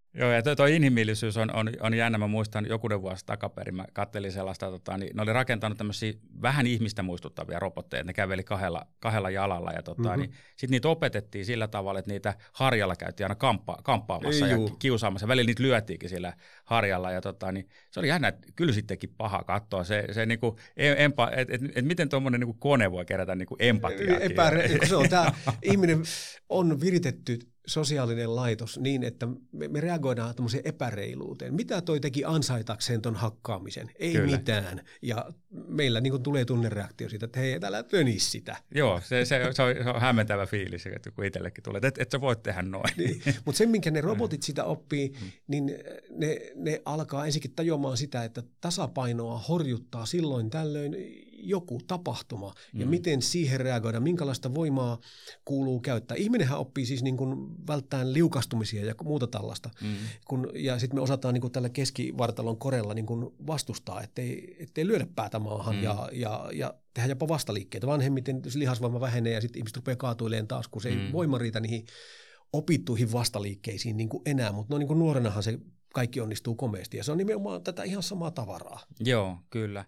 Joo, ja tuo inhimillisyys on jännä. Mä muistan jokunen vuosi takaperin, mä kattelin sellaista, niin ne oli rakentanut tämmöisiä vähän ihmistä muistuttavia robotteja, ne käveli kahdella jalalla, ja niin sitten niitä opetettiin sillä tavalla, että niitä harjalla käytiin aina kamppaamassa ja kiusaamassa, välillä niitä lyötiinkin sillä harjalla, ja niin se oli jännä, että kyllä sittenkin paha katsoa, se niinku, että miten tuommoinen niinku kone voi kerätä niinku empatiaakin. Se on tämä, ihminen on viritetty sosiaalinen laitos niin, että me reagoidaan tämmöiseen epäreiluuteen. Mitä toi teki ansaitakseen ton hakkaamisen? Ei Kyllä. mitään. Ja meillä niin kuin tulee tunnereaktio siitä, että hei, älä tönisi sitä. Joo, se on hämmentävä fiilis, kun itsellekin tulee, että et sä voit tehdä noin. Niin. Mutta se, minkä ne robotit sitä oppii, niin ne alkaa ensinnäkin tajuamaan sitä, että tasapainoa horjuttaa silloin tällöin joku tapahtuma ja miten siihen reagoida, minkälaista voimaa kuuluu käyttää. Ihminenhän oppii siis niin kuin välttämään liukastumisia ja muuta tällaista. Ja sitten me osataan niin kuin tällä keskivartalon korella niin kuin vastustaa, ettei lyödä päätä maahan ja tehdä jopa vastaliikkeitä. Vanhemmiten lihasvoima vähenee ja sitten ihmiset rupeaa kaatuilemaan taas, kun se ei voima riitä niihin opittuihin vastaliikkeisiin niin kuin enää, mutta niin kuin nuorenahan se kaikki onnistuu komeasti ja se on nimenomaan tätä ihan samaa tavaraa. Joo, kyllä.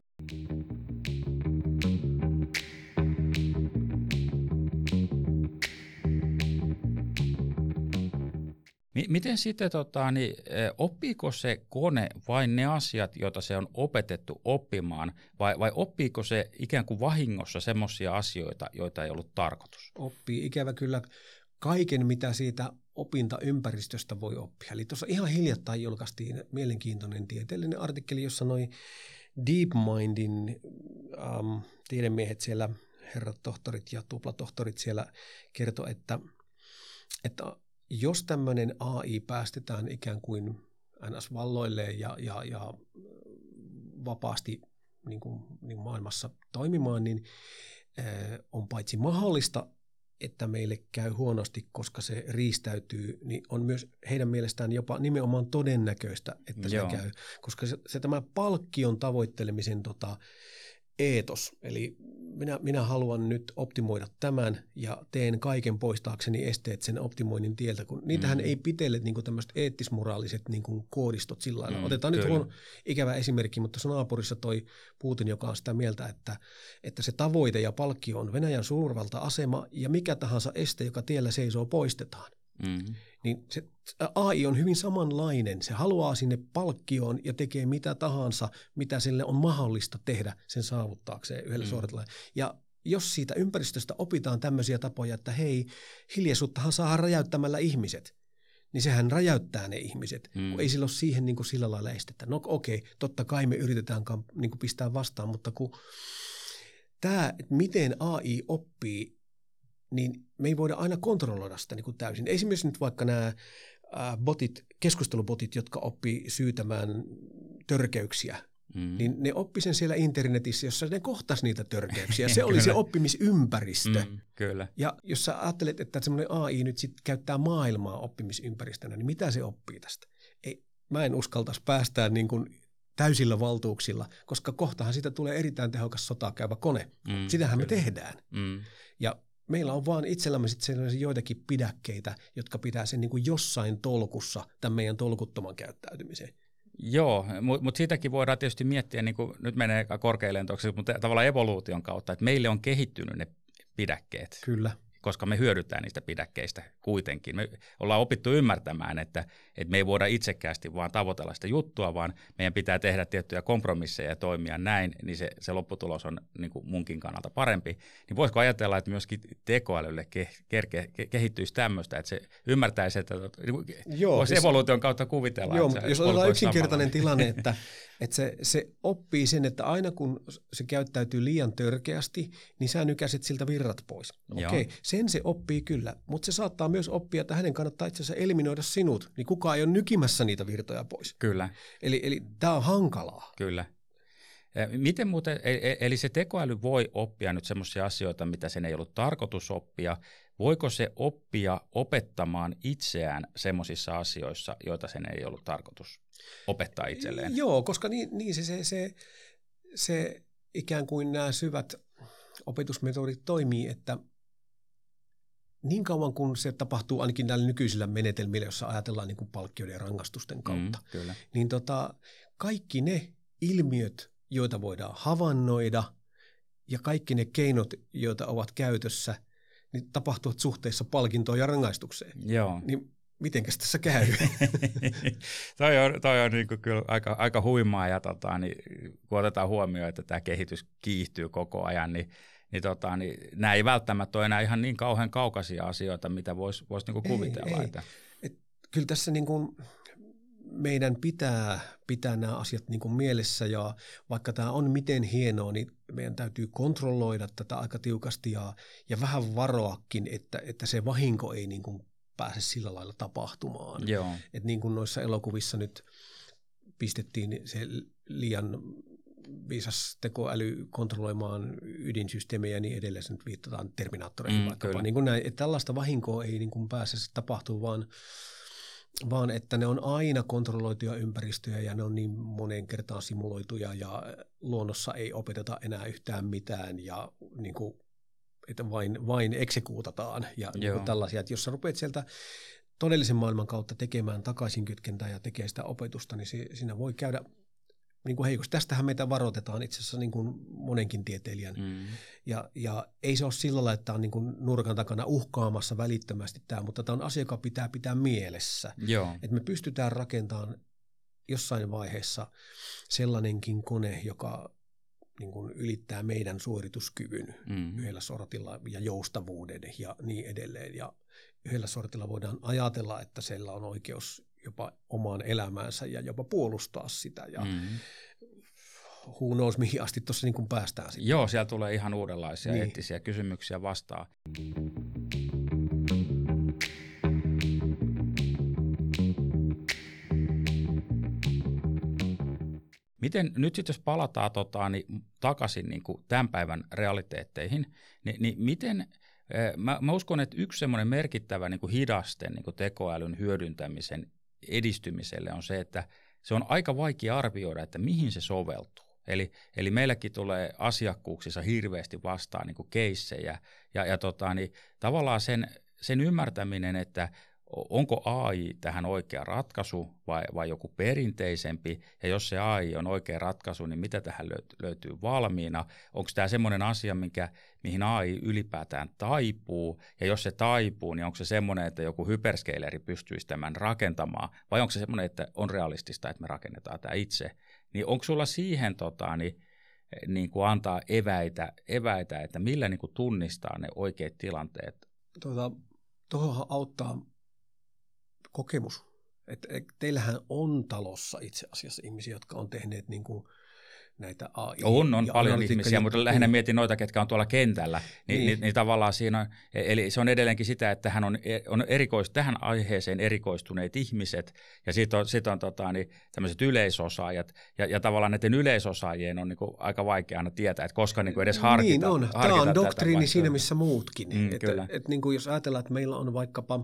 Miten sitten, oppiiko se kone vain ne asiat, joita se on opetettu oppimaan, vai oppiiko se ikään kuin vahingossa semmoisia asioita, joita ei ollut tarkoitus? Oppii ikävä kyllä kaiken, mitä siitä opintaympäristöstä voi oppia. Eli tuossa ihan hiljattain julkaistiin mielenkiintoinen tieteellinen artikkeli, jossa noi DeepMindin tiedemiehet siellä, herrat tohtorit ja tuplatohtorit siellä kertoi, että jos tämmöinen AI päästetään ikään kuin NS-valloilleen ja vapaasti niin kuin maailmassa toimimaan, niin on paitsi mahdollista, että meille käy huonosti, koska se riistäytyy, niin on myös heidän mielestään jopa nimenomaan todennäköistä, että se käy. Koska se tämä palkkion tavoittelemisen eetos, eli minä haluan nyt optimoida tämän ja teen kaiken poistaakseni esteet sen optimoinnin tieltä, kun niitähän ei pitele niin tämmöiset eettis-moraaliset niin koodistot sillä lailla. Otetaan nyt ikävä esimerkki, mutta tuossa naapurissa toi Putin, joka on sitä mieltä, että se tavoite ja palkkio on Venäjän suurvalta-asema ja mikä tahansa este, joka tiellä seisoo, poistetaan. Niin se AI on hyvin samanlainen. Se haluaa sinne palkkioon ja tekee mitä tahansa, mitä sille on mahdollista tehdä sen saavuttaakseen yhdellä suoritella. Ja jos siitä ympäristöstä opitaan tämmöisiä tapoja, että hei, hiljaisuuttahan saa räjäyttämällä ihmiset, niin sehän räjäyttää ne ihmiset, kun ei sillä ole siihen niin kuin sillä lailla estettä. No okei, totta kai me yritetään niin kuin pistää vastaan, mutta kun tämä, että miten AI oppii, niin me ei voida aina kontrolloida sitä niin kuin täysin. Esimerkiksi nyt vaikka nämä keskustelubotit, jotka oppii syytämään törkeyksiä, niin ne oppi sen siellä internetissä, jossa ne kohtas niitä törkeyksiä. Se oli se oppimisympäristö. Kyllä. Ja jos sä ajattelet, että semmoinen AI nyt sit käyttää maailmaa oppimisympäristönä, niin mitä se oppii tästä? Mä en uskaltaisi päästää niin kuin täysillä valtuuksilla, koska kohtahan siitä tulee erittäin tehokas sotaa käyvä kone. Sitähän me tehdään. Ja meillä on vaan itsellämme sitten joitakin pidäkkeitä, jotka pitää sen niin kuin jossain tolkussa tämän meidän tolkuttoman käyttäytymiseen. Joo, mutta siitäkin voidaan tietysti miettiä, niin kuin nyt menee korkealentoiksi, mutta tavallaan evoluution kautta, että meille on kehittynyt ne pidäkkeet. Kyllä. Koska me hyödytään niistä pidäkkeistä kuitenkin. Me ollaan opittu ymmärtämään, että me ei voida itsekkäästi vaan tavoitella sitä juttua, vaan meidän pitää tehdä tiettyjä kompromisseja ja toimia näin, niin se lopputulos on niin kuin munkin kannalta parempi. Niin voisiko ajatella, että myöskin tekoälylle kehittyisi tämmöistä, että se ymmärtäisi, että voisi evoluution kautta kuvitella. Joo, jos otetaan yksinkertainen tilanne, että se oppii sen, että aina kun se käyttäytyy liian törkeästi, niin sä nykäiset siltä virrat pois. Okei, sen se oppii kyllä, mutta se saattaa myös oppia, että hänen kannattaa itse asiassa eliminoida sinut, niin kukaan ei ole nykimässä niitä virtoja pois. Kyllä. Eli tämä on hankalaa. Kyllä. Miten muuten, eli se tekoäly voi oppia nyt semmoisia asioita, mitä sen ei ollut tarkoitus oppia. Voiko se oppia opettamaan itseään semmoisissa asioissa, joita sen ei ollut tarkoitus opettaa itselleen? Joo, koska niin se ikään kuin nämä syvät opetusmetodit toimii, että niin kauan kun se tapahtuu ainakin näillä nykyisillä menetelmillä, jossa ajatellaan niin kuin palkkioiden ja rangaistusten kautta, niin kaikki ne ilmiöt, joita voidaan havainnoida ja kaikki ne keinot, joita ovat käytössä, niin tapahtuvat suhteessa palkintoon ja rangaistukseen. Joo. Niin mitenkäs tässä käy? toi on niin kuin kyllä aika huimaa ja niin, kun otetaan huomioon, että tämä kehitys kiihtyy koko ajan, niin nämä ei välttämättä ole enää ihan niin kauhean kaukaisia asioita, mitä voisi niin kuin kuvitella. Ei. Kyllä tässä niin kuin meidän pitää nämä asiat niin kuin mielessä, ja vaikka tämä on miten hienoa, niin meidän täytyy kontrolloida tätä aika tiukasti ja vähän varoakin, että se vahinko ei niin kuin pääse sillä lailla tapahtumaan. Että niin kuin noissa elokuvissa nyt pistettiin se liian viisas tekoäly kontrolloimaan ydinsysteemejä ja niin edelleen, se nyt viitataan Terminaattoreihin vaikkapa. Niin kuin näin, että tällaista vahinkoa ei niin kuin pääse tapahtumaan, vaan että ne on aina kontrolloituja ympäristöjä ja ne on niin moneen kertaan simuloituja ja luonnossa ei opeteta enää yhtään mitään ja niin kuin, että vain eksekuutataan ja niin kuin tällaisia. Että jos sä rupeat sieltä todellisen maailman kautta tekemään takaisinkytkentää ja tekee sitä opetusta, niin siinä voi käydä niin kuin heikosti. Tästähän meitä varoitetaan itse asiassa niin kuin monenkin tieteilijän. Ja ei se ole sillä lailla, että on niin kuin nurkan takana uhkaamassa välittömästi tämä, mutta tämä on asia, joka pitää mielessä. Että me pystytään rakentamaan jossain vaiheessa sellainenkin kone, joka niin kuin ylittää meidän suorituskyvyn yhdellä sortilla ja joustavuuden ja niin edelleen. Ja yhdellä sortilla voidaan ajatella, että sillä on oikeus jopa omaan elämäänsä ja jopa puolustaa sitä. Ja who knows, mihin asti tuossa niin kuin päästään sitten. Joo, siellä tulee ihan uudenlaisia eettisiä kysymyksiä vastaan. Miten nyt sitten, jos palataan takaisin niin kuin tämän päivän realiteetteihin, niin miten, mä uskon, että yksi semmoinen merkittävä niin kuin hidaste niin kuin tekoälyn hyödyntämisen edistymiselle on se, että se on aika vaikea arvioida, että mihin se soveltuu. Eli meilläkin tulee asiakkuuksissa hirveästi vastaan niin kuin keissejä ja niin tavallaan sen ymmärtäminen, että onko AI tähän oikea ratkaisu vai joku perinteisempi, ja jos se AI on oikea ratkaisu, niin mitä tähän löytyy valmiina? Onko tämä semmoinen asia, mihin AI ylipäätään taipuu, ja jos se taipuu, niin onko se semmoinen, että joku hyperscaleri pystyisi tämän rakentamaan, vai onko se semmoinen, että on realistista, että me rakennetaan tämä itse? Niin onko sulla siihen niin kuin antaa eväitä, että millä niin kuin tunnistaa ne oikeat tilanteet? Tuohon auttaa kokemus. Teillähän on talossa itse asiassa ihmisiä, jotka on tehneet niin kuin näitä AI. On paljon ihmisiä, mutta lähinnä mietin noita, ketkä on tuolla kentällä. Niin tavallaan siinä on, eli se on edelleenkin sitä, että hän on tähän aiheeseen erikoistuneet ihmiset, ja sitten on tämmöiset yleisosaajat, ja tavallaan näiden yleisosaajien on niinku aika vaikea aina tietää, että koska niinku edes harkita. Niin on. Tämä on doktriini siinä, missä muutkin. Niinku jos ajatellaan, että meillä on vaikkapa,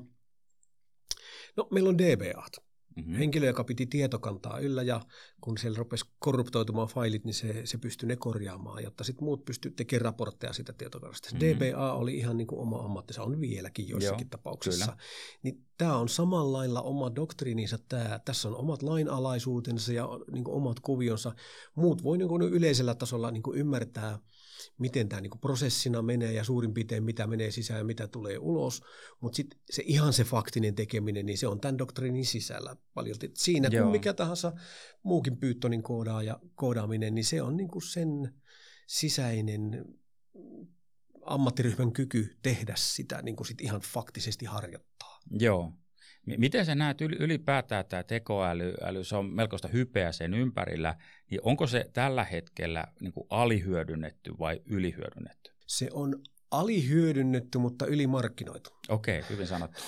meillä on DBAt. Henkilö, joka piti tietokantaa yllä, ja kun siellä rupesi korruptoitumaan failit, niin se pystyi ne korjaamaan, jotta sitten muut pystyivät tekemään raportteja sitä tietokannasta. DBA oli ihan niin kuin oma ammattinsa, on vieläkin joissakin tapauksissa. Kyllä. Niin tämä on samalla lailla oma doktriininsa, tässä on omat lainalaisuutensa ja niin kuin omat kuvionsa. Muut voi niin kuin yleisellä tasolla niin kuin ymmärtää, miten tämä niinku prosessina menee ja suurin piirtein mitä menee sisään ja mitä tulee ulos, mutta sitten se faktinen tekeminen, niin se on tämän doktriinin sisällä paljon. Siinä kun mikä tahansa muukin Pythonin koodaaminen, niin se on niinku sen sisäinen ammattiryhmän kyky tehdä sitä niinku sit ihan faktisesti harjoittaa. Joo. Miten sä näet ylipäätään tämä tekoäly, se on melkoista hypeä sen ympärillä, niin onko se tällä hetkellä niin kuin alihyödynnetty vai ylihyödynnetty? Se on alihyödynnetty, mutta ylimarkkinoitu. Okei, hyvin sanottu.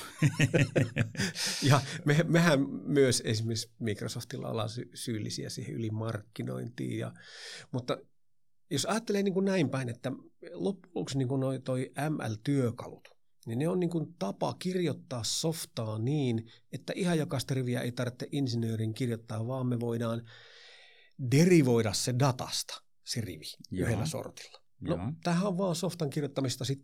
Ja mehän myös esimerkiksi Microsoftilla ollaan syyllisiä siihen ylimarkkinointiin, mutta jos ajattelee niin kuin näin päin, että loppujen lopuksi niin kuin toi ML-työkalut, niin ne on niin kuin tapa kirjoittaa softaa niin, että ihan jokaista riviä ei tarvitse insinöörin kirjoittaa, vaan me voidaan derivoida se datasta, se rivi, yhdellä sortilla. Tämähän on vaan softan kirjoittamista sitten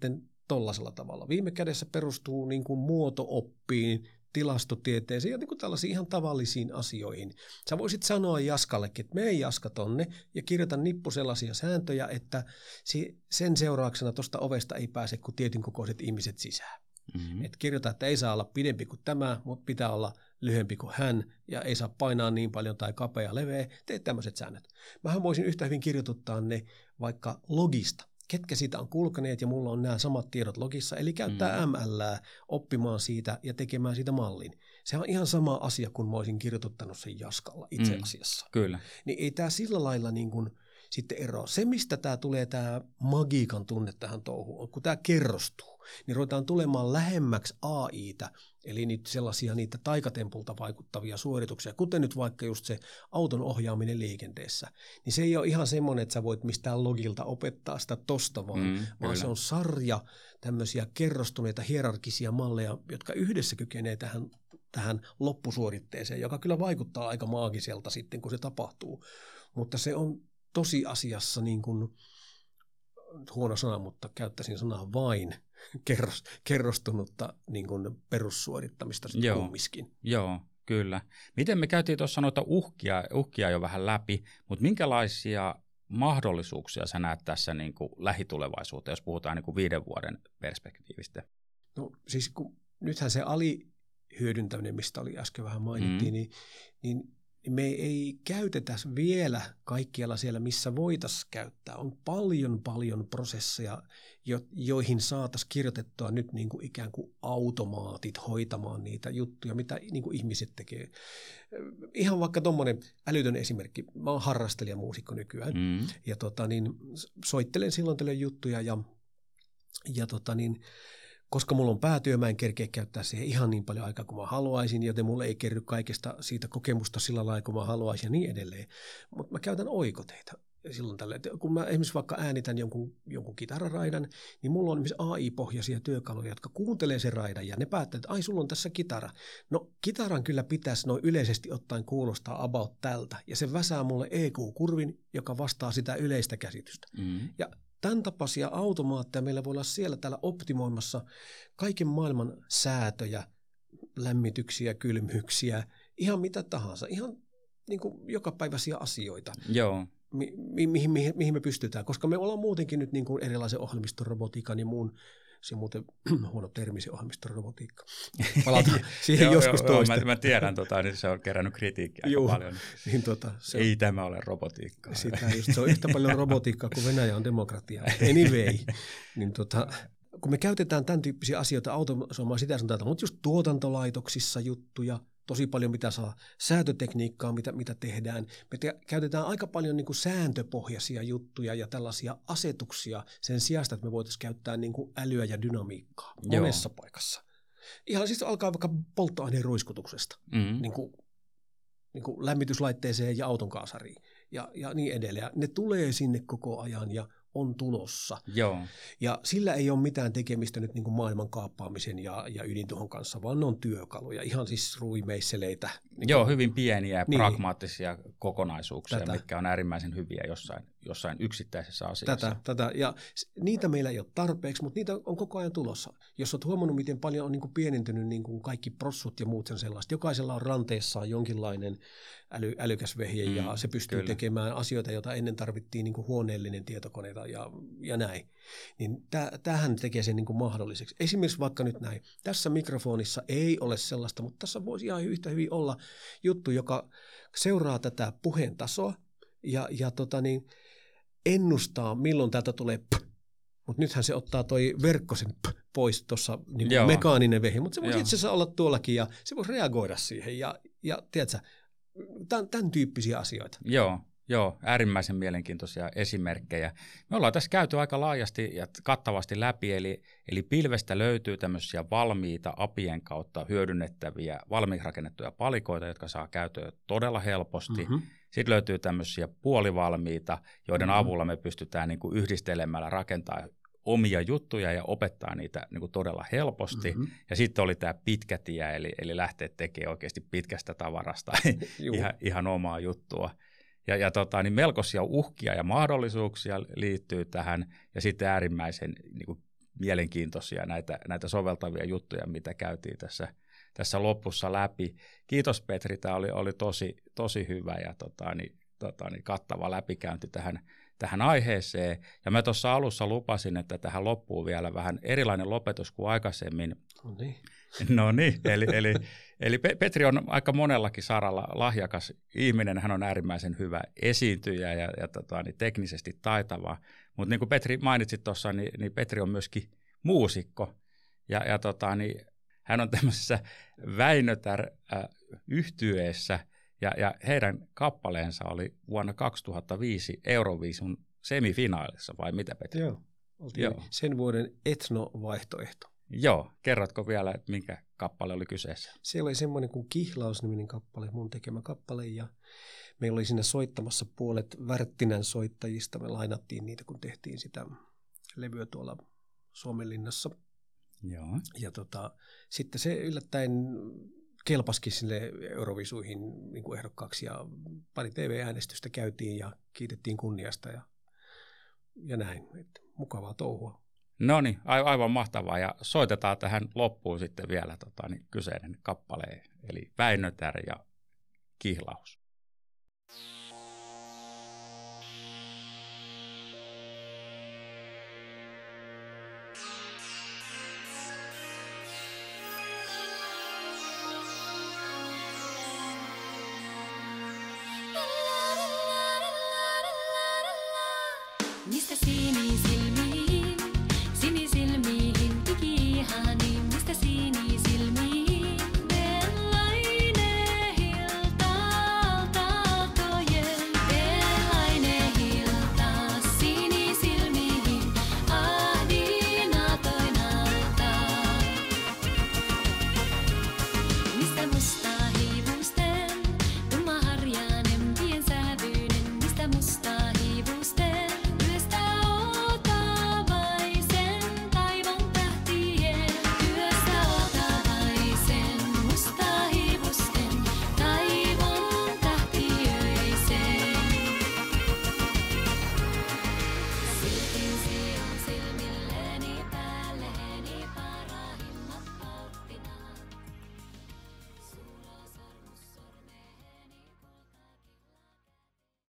tollaisella tavalla. Viime kädessä perustuu niin kuin muoto-oppiin, tilastotieteeseen ja niin kuin tällaisiin ihan tavallisiin asioihin. Sä voisit sanoa Jaskallekin, että mene Jaska tonne ja kirjoita nippu sellaisia sääntöjä, että sen seurauksena tuosta ovesta ei pääse kuin tietyn kokoiset ihmiset sisään. Mm-hmm. Et kirjoita, että ei saa olla pidempi kuin tämä, mutta pitää olla lyhyempi kuin hän ja ei saa painaa niin paljon tai kapea leveä. Tee tämmöiset säännöt. Mähän voisin yhtä hyvin kirjoituttaa ne vaikka logista. Ketkä siitä on kulkeneet ja mulla on nämä samat tiedot logissa, eli käyttää ML:ää oppimaan siitä ja tekemään siitä mallin. Se on ihan sama asia, kun mä olisin kirjoituttanut sen Jaskalla itse asiassa. Kyllä. Niin ei tämä sillä lailla niin kuin sitten eroa. Se, mistä tämä tulee tämä magiikan tunne tähän touhuun, kun tämä kerrostuu, niin ruvetaan tulemaan lähemmäksi AI:tä, eli niitä taikatempulta vaikuttavia suorituksia, kuten nyt vaikka just se auton ohjaaminen liikenteessä, niin se ei ole ihan semmoinen, että sä voit mistään logilta opettaa sitä tosta vaan se on sarja tämmöisiä kerrostuneita hierarkisia malleja, jotka yhdessä kykenee tähän loppusuoritteeseen, joka kyllä vaikuttaa aika maagiselta sitten, kun se tapahtuu, mutta se on tosiasiassa niin kuin, huono sana, mutta käyttäisin sanaa vain kerrostunutta niin kuin perussuorittamista kumminkin. Joo, kyllä. Miten me käytiin tuossa noita uhkia jo vähän läpi, mutta minkälaisia mahdollisuuksia sä näet tässä niin kuin lähitulevaisuuteen, jos puhutaan niin kuin 5 vuoden perspektiivistä? No siis nythän se alihyödyntäminen, mistä oli äsken vähän mainittiin, niin me ei käytetä vielä kaikkialla siellä, missä voitaisiin käyttää. On paljon prosesseja, joihin saataisiin kirjoitettua nyt niin kuin ikään kuin automaatit hoitamaan niitä juttuja, mitä niin kuin ihmiset tekee. Ihan vaikka tuommoinen älytön esimerkki. Mä oon harrastelijamuusikko nykyään ja soittelen silloin tällöin juttuja ja koska mulla on päätyö, mä en kerkeä käyttää siihen ihan niin paljon aikaa kuin mä haluaisin, joten mulla ei kerry kaikesta siitä kokemusta sillä lailla kuin mä haluaisin ja niin edelleen. Mutta mä käytän oikoteita silloin tällä. Kun mä esimerkiksi vaikka äänitän jonkun kitararaidan, niin mulla on esimerkiksi AI-pohjaisia työkaluja, jotka kuuntelee sen raidan ja ne päättää, että ai sulla on tässä kitara. No kitaran kyllä pitäisi noin yleisesti ottaen kuulostaa about tältä ja se väsää mulle EQ-kurvin, joka vastaa sitä yleistä käsitystä. Ja tämän tapaisia automaatteja meillä voi olla siellä täällä optimoimassa kaiken maailman säätöjä, lämmityksiä, kylmyyksiä, ihan mitä tahansa, ihan niin kuin jokapäiväisiä asioita, mihin me pystytään, koska me ollaan muutenkin nyt niin kuin erilaisen ohjelmistorobotiikan ja muun, se on muuten huono termi se ohjelmistorobotiikka. Palataan siihen joskus toista. Mä tiedän, niin se on kerännyt kritiikkiä aika paljon. Niin ei tämä ole robotiikkaa. Se on yhtä paljon robotiikkaa kuin Venäjä on demokratia. Anyway, niin kun me käytetään tämän tyyppisiä asioita autosoimaan sitä sun tätä, mutta just tuotantolaitoksissa juttuja, tosi paljon mitä saa, säätötekniikkaa, mitä tehdään. Me käytetään aika paljon niin kuin sääntöpohjaisia juttuja ja tällaisia asetuksia sen sijasta, että me voitaisiin käyttää niin kuin älyä ja dynamiikkaa monessa paikassa. Ihan siis alkaa vaikka polttoaineen ruiskutuksesta, niin kuin lämmityslaitteeseen ja auton kaasariin ja niin edelleen. Ne tulee sinne koko ajan ja on tulossa. Joo. Ja sillä ei ole mitään tekemistä nyt niin kuin maailman kaappaamisen ja ydintuhon kanssa, vaan ne on työkaluja, ihan siis ruimeisseleitä. Joo, hyvin pieniä ja pragmaattisia kokonaisuuksia, mitkä on äärimmäisen hyviä jossain yksittäisessä asiassa. Tätä. Ja niitä meillä ei ole tarpeeksi, mutta niitä on koko ajan tulossa. Jos olet huomannut, miten paljon on niin kuin pienentynyt niin kuin kaikki prossut ja muut sen sellaista, jokaisella on ranteessaan jonkinlainen älykäs vehje ja se pystyy tekemään asioita, joita ennen tarvittiin niin kuin huoneellinen tietokoneita ja näin. Niin tämähän tekee sen niin kuin mahdolliseksi. Esimerkiksi vaikka nyt näin. Tässä mikrofonissa ei ole sellaista, mutta tässä voisi ihan yhtä hyvin olla juttu, joka seuraa tätä puheen tasoa ja ennustaa, milloin täältä tulee mutta nythän se ottaa toi verkkosen pois tuossa niin mekaaninen vehje, mutta se voisi itse asiassa olla tuollakin ja se voisi reagoida siihen ja tiedätkö, tämän tyyppisiä asioita. Joo, äärimmäisen mielenkiintoisia esimerkkejä. Me ollaan tässä käyty aika laajasti ja kattavasti läpi, eli pilvestä löytyy tämmöisiä valmiita APIen kautta hyödynnettäviä, valmiiksi rakennettuja palikoita, jotka saa käyttöön todella helposti. Sitten löytyy tämmöisiä puolivalmiita, joiden avulla me pystytään niin kuin yhdistelemällä rakentamaan omia juttuja ja opettaa niitä niin kuin todella helposti. Ja sitten oli tämä pitkä tie, eli lähteä tekemään oikeasti pitkästä tavarasta ihan omaa juttua. Niin melkoisia uhkia ja mahdollisuuksia liittyy tähän, ja sitten äärimmäisen niin kuin mielenkiintoisia näitä soveltavia juttuja, mitä käytiin tässä lopussa läpi. Kiitos Petri, tämä oli tosi hyvä ja kattava läpikäynti tähän aiheeseen. Ja mä tuossa alussa lupasin, että tähän loppuu vielä vähän erilainen lopetus kuin aikaisemmin. No niin, eli Petri on aika monellakin saralla lahjakas ihminen, hän on äärimmäisen hyvä esiintyjä ja teknisesti taitava, mutta niin kuin Petri mainitsit tuossa, niin Petri on myöskin muusikko ja hän on tämmöisessä Väinötär-yhtyeessä ja heidän kappaleensa oli vuonna 2005 Euroviisun semifinaalissa, vai mitä Petri? Joo, sen vuoden etnovaihtoehto. Joo, kerrotko vielä, että minkä kappale oli kyseessä? Siellä oli semmoinen kuin Kihlaus-niminen kappale, mun tekemä kappale, ja meillä oli siinä soittamassa puolet Värttinän soittajista. Me lainattiin niitä, kun tehtiin sitä levyä tuolla Suomenlinnassa. Joo. Ja sitten se yllättäen kelpasikin sille Eurovisuihin niin kuin ehdokkaaksi, ja pari TV-äänestystä käytiin ja kiitettiin kunniasta ja näin. Että mukavaa touhua. No niin, aivan mahtavaa. Ja soitetaan tähän loppuun sitten vielä kyseinen kappale, eli Väinötär ja Kihlaus. Mistä